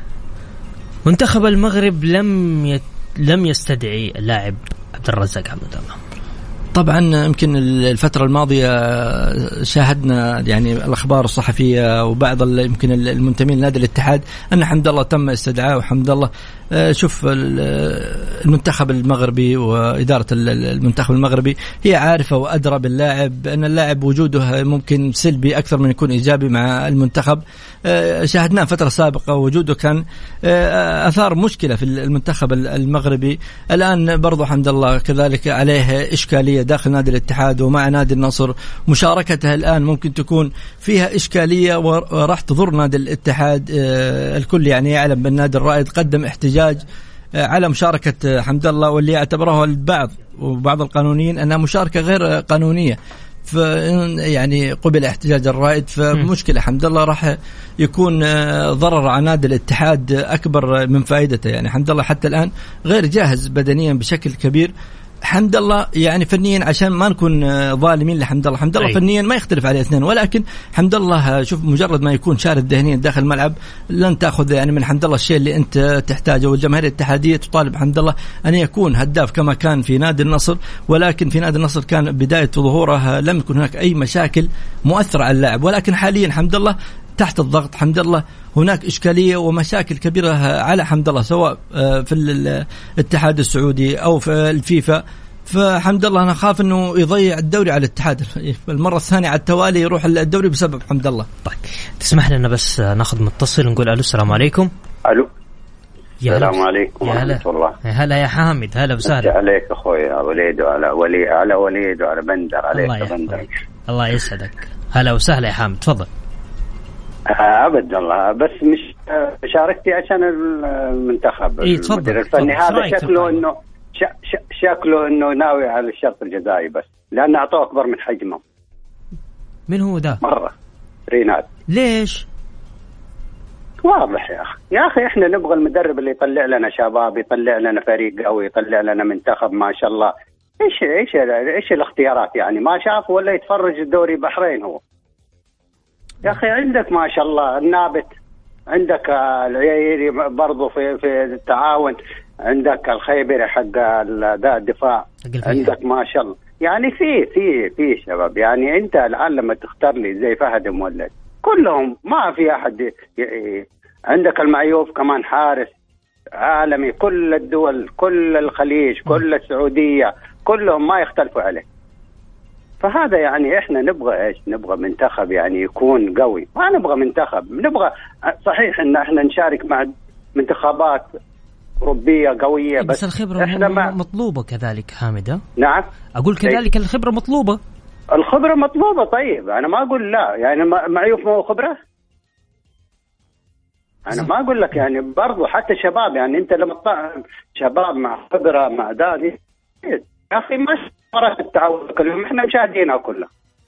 منتخب المغرب لم يستدعي اللاعب عبد الرزاق حمد الله. طبعا يمكن الفترة الماضية شاهدنا يعني الأخبار الصحفية وبعض يمكن المنتمين لنادي الاتحاد أن حمد الله تم استدعاء، وحمد الله شوف المنتخب المغربي وإدارة المنتخب المغربي هي عارفة وأدرى باللاعب أن اللاعب وجوده ممكن سلبي أكثر من يكون إيجابي مع المنتخب. شاهدناه فترة سابقة وجوده كان أثار مشكلة في المنتخب المغربي. الآن برضو حمد الله كذلك عليه إشكالية داخل نادي الاتحاد ومع نادي النصر، مشاركتها الآن ممكن تكون فيها إشكالية وراح تضر نادي الاتحاد. الكل يعني يعلم بأن نادي الرائد قدم احتجاج على مشاركة حمد الله، واللي يعتبره البعض وبعض القانونيين أنها مشاركة غير قانونية، يعني قبل احتجاج الرائد. فمشكلة حمد الله راح يكون ضرر على نادي الاتحاد أكبر من فائدته. يعني حمد الله حتى الآن غير جاهز بدنيا بشكل كبير. حمد الله يعني فنيا عشان ما نكون ظالمين لحمد الله، حمد الله فنيا ما يختلف عليه اثنين، ولكن حمد الله شوف مجرد ما يكون شارد ذهنيا داخل الملعب لن تأخذ يعني من حمد الله الشيء اللي أنت تحتاجه. والجماهير الاتحادية تطالب حمد الله أن يكون هداف كما كان في نادي النصر، ولكن في نادي النصر كان بداية ظهوره لم يكن هناك أي مشاكل مؤثرة على اللاعب، ولكن حاليا حمد الله تحت الضغط. حمد الله هناك إشكالية ومشاكل كبيرة على حمد الله سواء في الاتحاد السعودي أو في الفيفا. فحمد الله أنا خاف أنه يضيع الدوري على الاتحاد المرة الثانية على التوالي، يروح الدوري بسبب حمد الله. طيب تسمح لنا بس ناخذ متصل نقول ألو السلام عليكم. ألو السلام عليكم ورحمة الله. هلا يا حامد، هلا وسهلا. عليك أخوي وليد وعلى وليد وعلى بندر. عليك بندر. الله يسعدك. هلا وسهلا يا حامد، تفضل. أبدا الله، بس مش شاركتي عشان المنتخب المدير الفني هذا شكله انه ناوي على الشرط الجزائي، بس لانه اعطوه اكبر من حجمه. من هو ده؟ مره ريناد. ليش؟ واضح يا اخي احنا نبغى المدرب اللي يطلع لنا شباب، يطلع لنا فريق قوي، يطلع لنا منتخب ما شاء الله. ايش الاختيارات يعني؟ ما شاف ولا يتفرج الدوري بحرين هو؟ يا اخي عندك ما شاء الله النابت، عندك العييري برضو في التعاون، عندك الخيبري حق الدفاع، عندك ما شاء الله يعني في شباب. يعني انت الان لما تختار لي زي فهد مولد كلهم ما في احد عندك المعيوف كمان حارس عالمي، كل الدول، كل الخليج، كل السعودية كلهم ما يختلفوا عليه. فهذا يعني احنا نبغى ايش؟ نبغى منتخب يعني يكون قوي، ما نبغى منتخب نبغى صحيح ان احنا نشارك مع منتخبات أوروبية قوية، بس الخبرة مطلوبة كذلك حامد. نعم أقول كذلك الخبرة مطلوبة. الخبرة مطلوبة. طيب أنا ما أقول لا، يعني معيوف ما هو خبرة، أنا ما أقول لك يعني برضو حتى شباب، يعني أنت لما تطعم شباب مع خبرة مع دادي يا أخي ما مرات التعاون كلهم إحنا مشاهدينها كلها،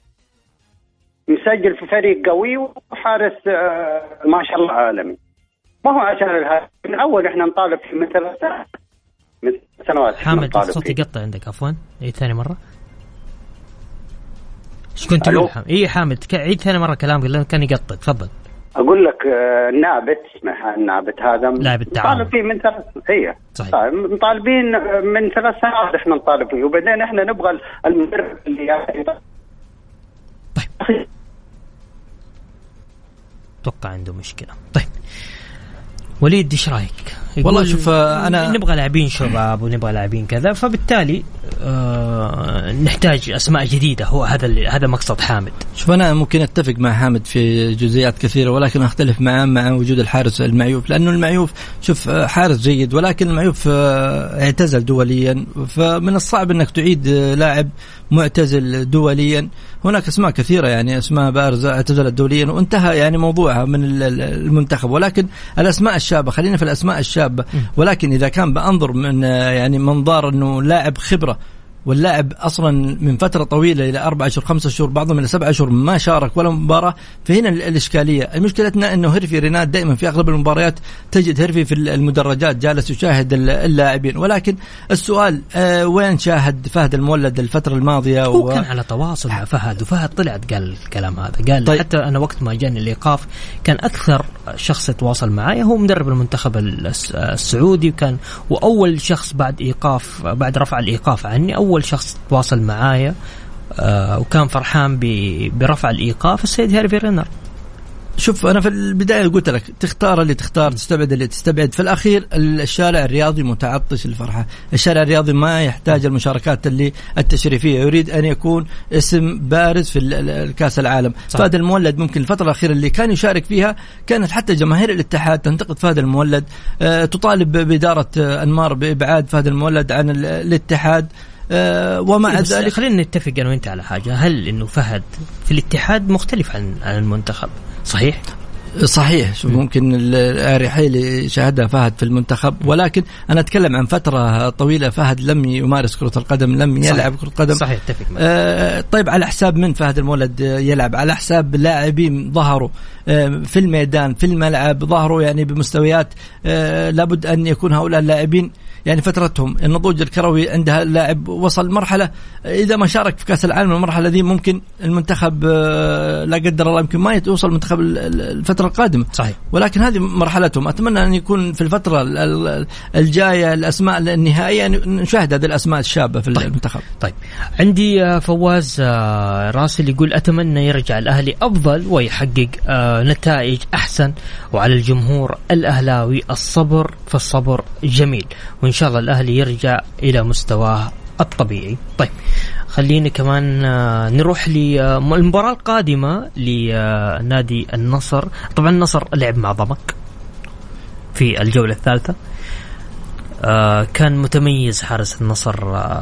مسجل في فريق قوي وحارس ما شاء الله عالمي. ما هو عشان من أول إحنا نطالب في من 3 سنوات. حامد الصوت يقطع عندك، عفوا عيد ثاني مرة. إيش كنت تقول حامد؟ إيه حامد عيد ثاني مرة كلامك لأنه كان يقطع. تفضل. أقول لك النابت، اسمها النابت هذا لاعب التعاون نطالب فيه من 3 هي صحيح. مطالبين من 3 سنوات إحنا نطالب فيه، وبعدين إحنا نبغى المدرب اللي طيب توقع عنده مشكلة. طيب وليد ايش رايك؟ والله شوف انا نبغى لاعبين شباب ونبغى لاعبين كذا، فبالتالي نحتاج أسماء جديدة. هو هذا مقصد حامد. شوف أنا ممكن أتفق مع حامد في جزئيات كثيرة، ولكن أختلف معه مع وجود الحارس المعيوف، لأنه المعيوف شوف حارس جيد، ولكن المعيوف اعتزل دوليا، فمن الصعب أنك تعيد لاعب معتزل دوليا. هناك أسماء كثيرة يعني أسماء بارزة اعتزلت دوليا وانتهى يعني موضوعها من المنتخب، ولكن الأسماء الشابة خلينا في الأسماء الشابة. ولكن إذا كان بأنظر من يعني منظار أنه لاعب خبرة واللاعب أصلا من فترة طويلة إلى 4 أشهر 5 شهور بعضهم إلى 7 أشهر ما شارك ولا مباراة، فهنا الإشكالية. المشكلتنا أنه هيرفي ريناد دائما في أغلب المباريات تجد هيرفي في المدرجات جالس يشاهد اللاعبين، ولكن السؤال وين شاهد فهد المولد الفترة الماضية؟ هو كان على تواصل مع فهد، وفهد طلعت قال الكلام هذا، قال طيب. حتى أنا وقت ما جاني الإيقاف كان أكثر شخص يتواصل معي هو مدرب المنتخب السعودي، وكان وأول شخص بعد رفع الإيقاف عني أول شخص تواصل معايا وكان فرحان برفع الإيقاف السيد هيرفي رينارد. شوف أنا في البداية قلت لك تختار اللي تختار، تستبعد اللي تستبعد. في الأخير الشارع الرياضي متعطش الفرحة، الشارع الرياضي ما يحتاج المشاركات اللي التشريفية، يريد أن يكون اسم بارز في الكاس العالم. فهد المولد ممكن الفترة الأخيرة اللي كان يشارك فيها كانت حتى جماهير الاتحاد تنتقد فهد المولد، تطالب بإدارة أنمار بإبعاد فهد المولد عن الاتحاد. ومع ذلك خلينا نتفق أنا وأنت على حاجة، هل إنه فهد في الاتحاد مختلف عن المنتخب؟ صحيح. شو ممكن الأريحية اللي شاهدها فهد في المنتخب، ولكن أنا أتكلم عن فترة طويلة فهد لم يمارس كرة القدم، لم يلعب كرة القدم. صحيح اتفق طيب على حساب من فهد المولد يلعب؟ على حساب لاعبين ظهروا في الميدان في الملعب، ظهروا يعني بمستويات لابد أن يكون هؤلاء اللاعبين يعني فترتهم النضوج الكروي عندها اللاعب وصل مرحلة إذا ما شارك في كأس العالم المرحلة دي ممكن المنتخب لا قدر الله يمكن ما يوصل المنتخب الفترة القادمة. صحيح. ولكن هذه مرحلتهم، أتمنى أن يكون في الفترة الجاية الأسماء النهائية نشاهد هذه الأسماء الشابة في المنتخب. طيب عندي فواز راسل يقول أتمنى يرجع الأهلي أفضل ويحقق نتائج أحسن، وعلى الجمهور الأهلاوي الصبر، فالصبر جميل، وإن شاء الله الأهلي يرجع إلى مستواه الطبيعي. طيب خليني كمان نروح للمباراة القادمة لنادي النصر. طبعا النصر لعب مع ضمك في الجولة الثالثة، كان متميز حارس النصر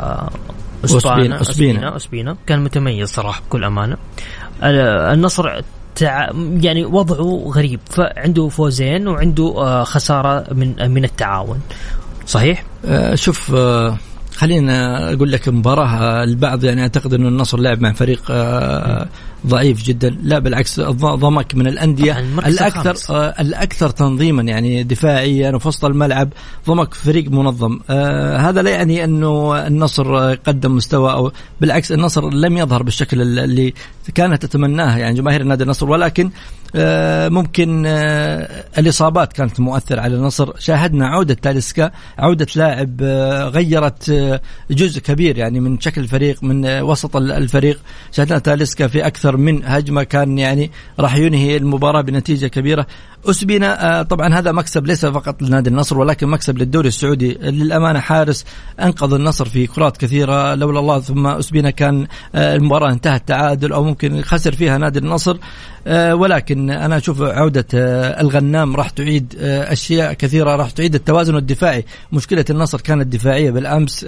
أسبينا كان متميز صراحة بكل أمانة. النصر يعني وضعه غريب، فعنده فوزين وعنده خسارة من التعاون. صحيح. شوف خلينا أقول لك مباراة البعض يعني أعتقد أن النصر لعب مع فريق ضعيف جدا، لا بالعكس ضمك من الأندية الأكثر تنظيما يعني دفاعيا وفي وسط الملعب، ضمك فريق منظم. هذا لا يعني أنه النصر قدم مستوى، أو بالعكس النصر لم يظهر بالشكل اللي كانت تتمناه يعني جماهير نادي النصر، ولكن ممكن الإصابات كانت مؤثرة على النصر. شاهدنا عودة تاليسكا، عودة لاعب غيرت جزء كبير يعني من شكل الفريق، من وسط الفريق. شاهدنا تاليسكا في أكثر من هجمة كان يعني راح ينهي المباراة بنتيجة كبيرة. أسبينا طبعا هذا مكسب ليس فقط لنادي النصر ولكن مكسب للدوري السعودي. للأمانة حارس أنقذ النصر في كرات كثيرة لولا الله، ثم أسبينا كان المباراة انتهت تعادل أو ممكن خسر فيها نادي النصر. ولكن أنا أشوف عودة الغنام راح تعيد أشياء كثيرة، راح تعيد التوازن الدفاعي. مشكلة النصر كانت دفاعية بالأمس.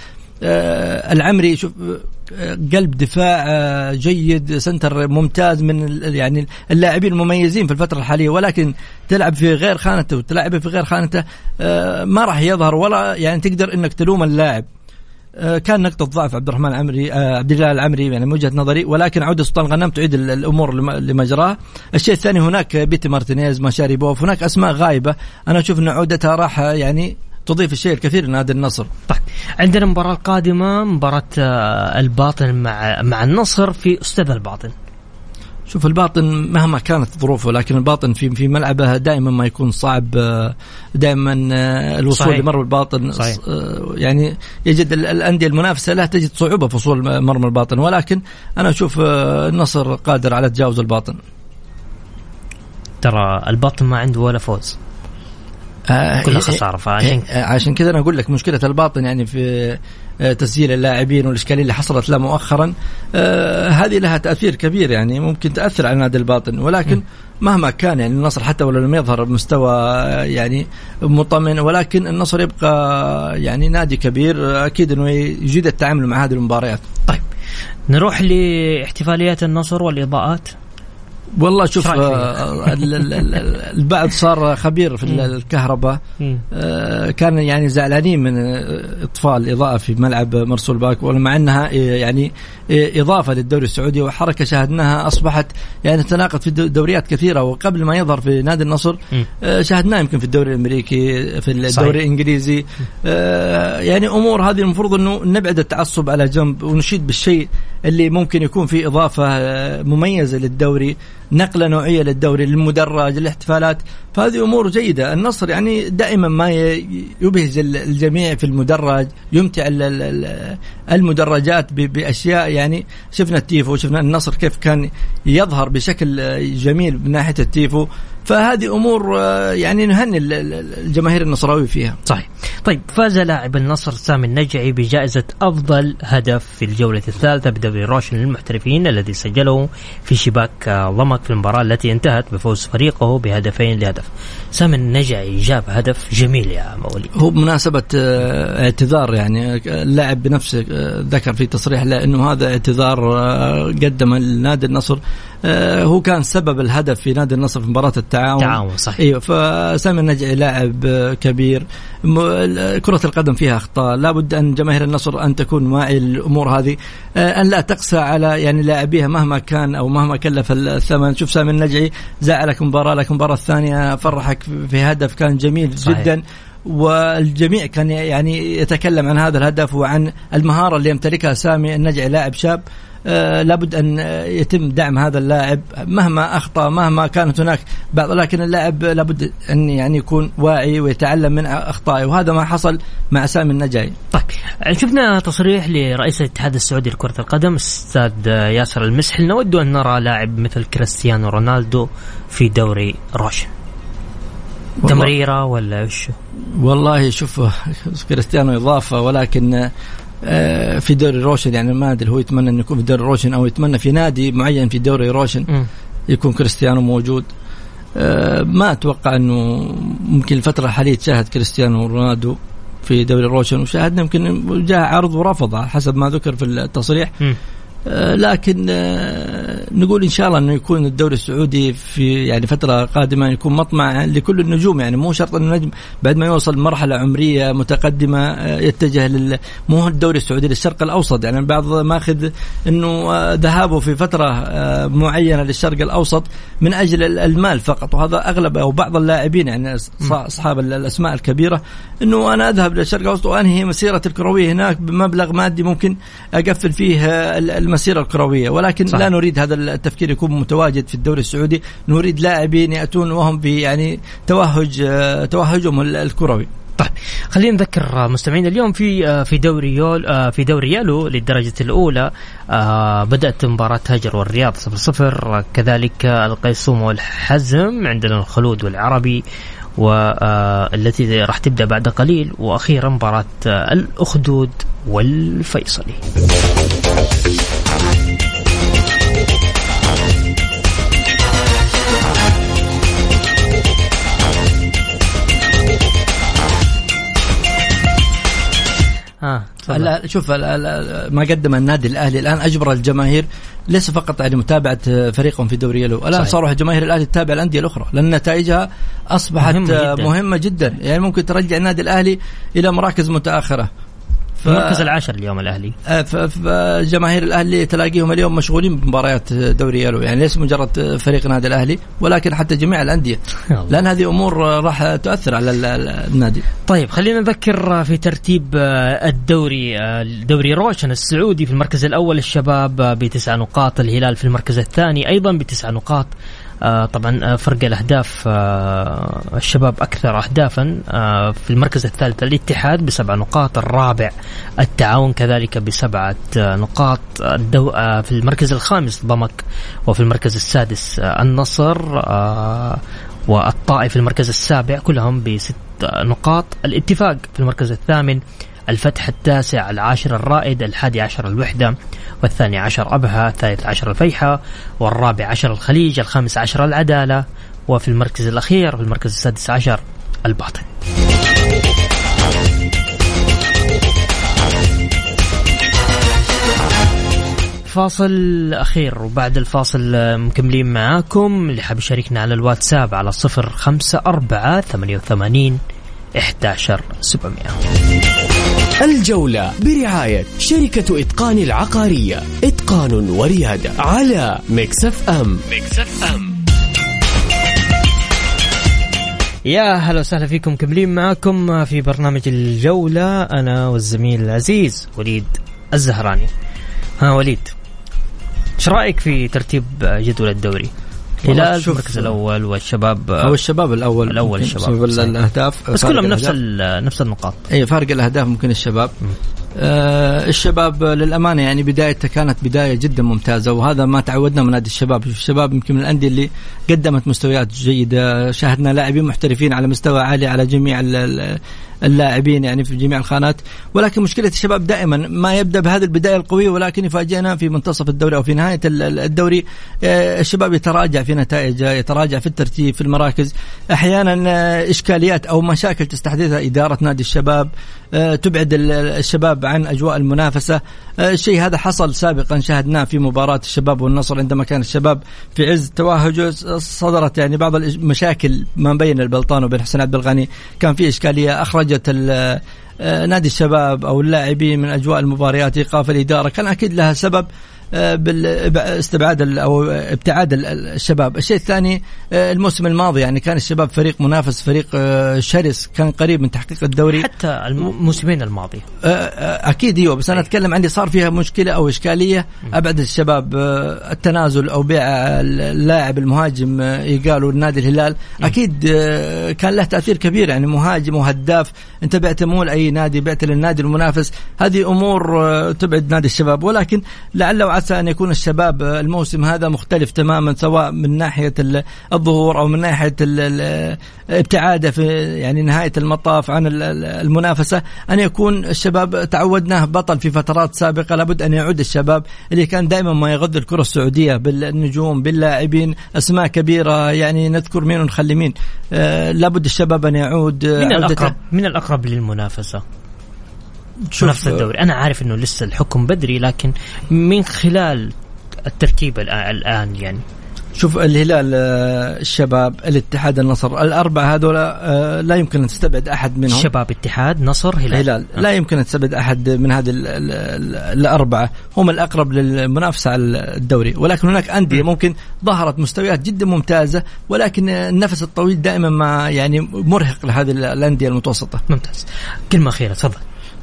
العمري شوف قلب دفاع جيد، سنتر ممتاز، من يعني اللاعبين المميزين في الفترة الحالية، ولكن تلعب في غير خانته وتلعب في غير خانته ما راح يظهر، ولا يعني تقدر انك تلوم اللاعب. كان نقطة ضعف عبد الرحمن العمري، عبد الله العمري يعني من وجهة نظري، ولكن عودة سلطان غنام تعيد الأمور لمجراها. الشيء الثاني هناك بيتي مارتينيز، مشاري بوف، هناك أسماء غايبة أنا أشوف أن عودتها راح يعني تضيف الشيء الكثير لنادي النصر. طيب عندنا مباراة القادمة، مباراة الباطن مع النصر في أستاذ الباطن. شوف الباطن مهما كانت ظروفه، لكن الباطن في ملعبه دائما ما يكون صعب، دائما الوصول لمرمى الباطن صحيح. يعني يجد الأندية المنافسة لا تجد صعوبة في وصول مرمى الباطن، ولكن أنا أشوف النصر قادر على تجاوز الباطن. ترى الباطن ما عنده ولا فوز، كلها خسارة، عشان كذا أنا أقول لك مشكلة الباطن يعني في تسجيل اللاعبين والإشكالية اللي حصلت له مؤخرا، هذه لها تأثير كبير يعني ممكن تأثر على نادي الباطن. ولكن مهما كان يعني النصر حتى ولو لم يظهر بمستوى يعني مطمئن، ولكن النصر يبقى يعني نادي كبير، أكيد أنه يجيد التعامل مع هذه المباريات. طيب نروح لاحتفاليات النصر والإضاءات. والله شوف البعض صار خبير في الكهرباء، كان يعني زعلانين من إطفاء الإضاءة في ملعب مرسول باك، ومع أنها يعني إضافة للدوري السعودي وحركة شاهدناها أصبحت يعني تناقض في دوريات كثيرة، وقبل ما يظهر في نادي النصر شاهدناه يمكن في الدوري الأمريكي، في الدوري الإنجليزي. يعني أمور هذه المفروض أنه نبعد التعصب على جنب ونشيد بالشيء اللي ممكن يكون فيه إضافة مميزة للدوري، نقلة نوعية للدوري، للمدرج، الاحتفالات، فهذه أمور جيدة. النصر يعني دائما ما يبهج الجميع في المدرج، يمتع المدرجات بأشياء. يعني شفنا التيفو، شفنا النصر كيف كان يظهر بشكل جميل من ناحية التيفو، فهذه أمور يعني نهني الجماهير النصراوي فيها. صحيح. طيب فاز لاعب النصر سامي النجعي بجائزة أفضل هدف في الجولة الثالثة بدوري روشن للمحترفين الذي سجله في شباك ضمك في المباراة التي انتهت بفوز فريقه بهدفين لهدف. سامي النجعي جاب هدف جميل يا مولي. هو بمناسبة اعتذار يعني اللاعب بنفسه ذكر في تصريح له أنه هذا اعتذار قدم لنادي النصر، هو كان سبب الهدف في نادي النصر في مباراة التعاون. صحيح. ايوه، فسامي النجعي لاعب كبير، كرة القدم فيها أخطاء، لابد أن جماهير النصر أن تكون واعي الأمور هذه، أن لا تقسى على يعني لاعبيها مهما كان أو مهما كلف الثمن. شوف سامي النجعي زعلك مباراة، لك مباراة الثانية فرحك في هدف كان جميل. صحيح. جدا، والجميع كان يعني يتكلم عن هذا الهدف وعن المهارة اللي يمتلكها سامي النجعي، لاعب شاب. لابد أن يتم دعم هذا اللاعب مهما أخطأ، مهما كانت هناك بعض، لكن اللاعب لابد أن يعني يكون واعي ويتعلم من أخطائه، وهذا ما حصل مع سامي النجعي. طيب شفنا تصريح لرئيس الاتحاد السعودي لكرة القدم الأستاذ ياسر المسحل، نود أن نرى لاعب مثل كريستيانو رونالدو في دوري روشن. تمريرة ولا وش؟ والله شوف كريستيانو إضافة، ولكن في دوري روشن يعني ما أدري هو يتمنى أن يكون في دوري روشن أو يتمنى في نادي معين في دوري روشن يكون كريستيانو موجود. ما أتوقع أنه ممكن الفترة الحالية تشاهد كريستيانو رونالدو في دوري روشن، وشاهدنا يمكن جاء عرض ورفض حسب ما ذكر في التصريح. لكن نقول إن شاء الله أنه يكون الدوري السعودي في يعني فترة قادمة يكون مطمع لكل النجوم، يعني مو شرط أن النجم بعد ما يوصل مرحلة عمرية متقدمة يتجه مو الدوري السعودي للشرق الأوسط. يعني بعض ما أخذ أنه ذهابه في فترة معينة للشرق الأوسط من أجل المال فقط، وهذا أغلب أو بعض اللاعبين يعني أصحاب الأسماء الكبيرة أنه أنا أذهب للشرق الأوسط وأنهي مسيرة الكروية هناك بمبلغ مادي ممكن أقفل فيه المسيرة الكروية. ولكن صحيح. لا نريد هذا التفكير يكون متواجد في الدوري السعودي، نريد لاعبين يأتون وهم في يعني توهجهم الكروي. طيب خلينا نذكر مستمعين اليوم في دوري يالو للدرجة الأولى بدأت مباراة هاجر والرياض 0-0، كذلك القيصوم والحزم، عندنا الخلود والعربي والتي راح تبدأ بعد قليل، وأخيرا مباراة الأخدود والفيصلي. شوف ما قدم النادي الأهلي الآن أجبر الجماهير ليس فقط يعني متابعة فريقهم في دوري يلو، الآن صاروا الجماهير الأهلي تتابع الأندية الأخرى لأن نتائجها أصبحت مهمة جدا. يعني ممكن ترجع النادي الأهلي إلى مراكز متأخرة، المركز العاشر اليوم الأهلي. فجماهير الأهلي تلاقيهم اليوم مشغولين بمباريات دوري يلو، يعني ليس مجرد فريق نادي الأهلي ولكن حتى جميع الأندية، لأن هذه أمور راح تؤثر على النادي. طيب خلينا نذكر في ترتيب الدوري روشن السعودي. في المركز الأول الشباب ب9 نقاط، الهلال في المركز الثاني أيضا ب9 نقاط. طبعا فرق الأهداف الشباب أكثر أهدافا. في المركز الثالث الاتحاد ب7 نقاط، الرابع التعاون كذلك ب7 نقاط، في المركز الخامس ضمك، وفي المركز السادس النصر، والطائي في المركز السابع كلهم ب6 نقاط. الاتفاق في المركز الثامن الفتح 9، 10 الرائد، 11 الوحدة، 12 أبها، 13 الفيحة، 14 الخليج، 15 العدالة، وفي المركز الأخير في المركز 16 الباطن. فاصل أخير، وبعد الفاصل مكملين معاكم. اللي حاب يشاركنا على الواتساب على 0548811700. الجولة برعاية شركة إتقان العقارية، إتقان وريادة، على ميكس اف ام. يا هلا وسهلا فيكم، كملين معاكم في برنامج الجولة، أنا والزميل العزيز وليد الزهراني. ها وليد، ايش رأيك في ترتيب جدول الدوري؟ هلال المركز الأول والشباب أو الشباب الأول الشباب الأهداف بس كلهم نفس النقاط. أي فارق الأهداف ممكن الشباب. الشباب للأمانة يعني بدايته كانت بداية جدا ممتازة، وهذا ما تعودنا من نادي الشباب. الشباب يمكن من الأندية اللي قدمت مستويات جيدة، شاهدنا لاعبين محترفين على مستوى عالي على جميع اللاعبين يعني في جميع الخانات. ولكن مشكلة الشباب دائما ما يبدأ بهذه البداية القوية، ولكن يفاجئنا في منتصف الدوري أو في نهاية الدوري الشباب يتراجع في نتائجه، يتراجع في الترتيب في المراكز. أحيانا إشكاليات أو مشاكل تستحدثها إدارة نادي الشباب تبعد الشباب عن أجواء المنافسة. الشيء هذا حصل سابقا، شاهدناه في مباراة الشباب والنصر عندما كان الشباب في عز توهجه، صدرت يعني بعض المشاكل ما بين البلطان وبين حسن عبد الغني، كان في إشكالية أخرجت نادي الشباب أو اللاعبين من أجواء المباريات. إيقاف الإدارة كان أكيد لها سبب باستبعاد أو ابتعاد الشباب. الشيء الثاني الموسم الماضي يعني كان الشباب فريق منافس، فريق شرس، كان قريب من تحقيق الدوري حتى الموسمين الماضي أكيد ايوه. بس أنا أتكلم عندي صار فيها مشكلة أو إشكالية أبعد الشباب، التنازل أو بيع اللاعب المهاجم يقالوا النادي الهلال أكيد كان له تأثير كبير. يعني مهاجم وهداف أنت بعت مول أي نادي، بعت للنادي المنافس، هذه أمور تبعد نادي الشباب. ولكن لعل وعسى أن يكون الشباب الموسم هذا مختلف تماما، سواء من ناحية الظهور أو من ناحية ابتعاده في يعني نهاية المطاف عن المنافسة. أن يكون الشباب تعودناه بطل في فترات سابقة، لابد أن يعود الشباب اللي كان دائما ما يغذي الكرة السعودية بالنجوم باللاعبين أسماء كبيرة، يعني نذكر مين ونخلي مين. لابد الشباب أن يعود. من الأقرب للمنافسة نفس الدوري؟ أنا عارف إنه لسه الحكم بدري، لكن من خلال الترتيب الآن يعني شوف الهلال، الشباب، الاتحاد، النصر، الأربعة هذول لا يمكن أن تستبعد أحد منهم. شباب، اتحاد، نصر، هلال. لا يمكن أن تستبعد أحد من هذه الأربعة، هم الأقرب للمنافسة على الدوري. ولكن هناك أندية ممكن ظهرت مستويات جدا ممتازة، ولكن النفس الطويل دائما ما يعني مرهق لهذه الأندية المتوسطة. ممتاز. كلمة أخيرة تفضل.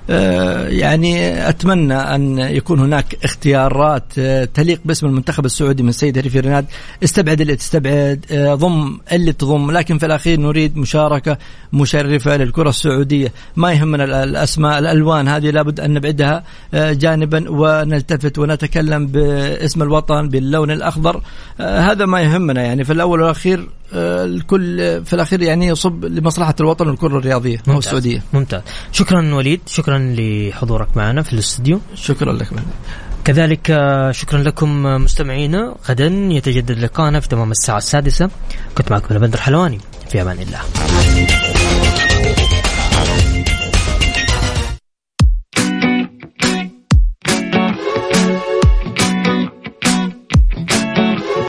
يعني أتمنى أن يكون هناك اختيارات تليق باسم المنتخب السعودي من السيد هريفي ريناد. استبعد اللي تستبعد، ضم اللي تضم، لكن في الأخير نريد مشاركة مشرفة للكرة السعودية. ما يهمنا الأسماء، الألوان هذه لابد أن نبعدها جانبا ونلتفت ونتكلم باسم الوطن باللون الأخضر. هذا ما يهمنا يعني في الأول والأخير. الكل في الأخير يعني يصب لمصلحة الوطن والكرة الرياضية السعودية. ممتاز. شكرا وليد، شكرا لحضورك معنا في الاستوديو. شكرا لك. كذلك شكرا لكم مستمعينا. غدا يتجدد لقاءنا في تمام الساعة 6. كنت معكم بندر حلواني، في أمان الله.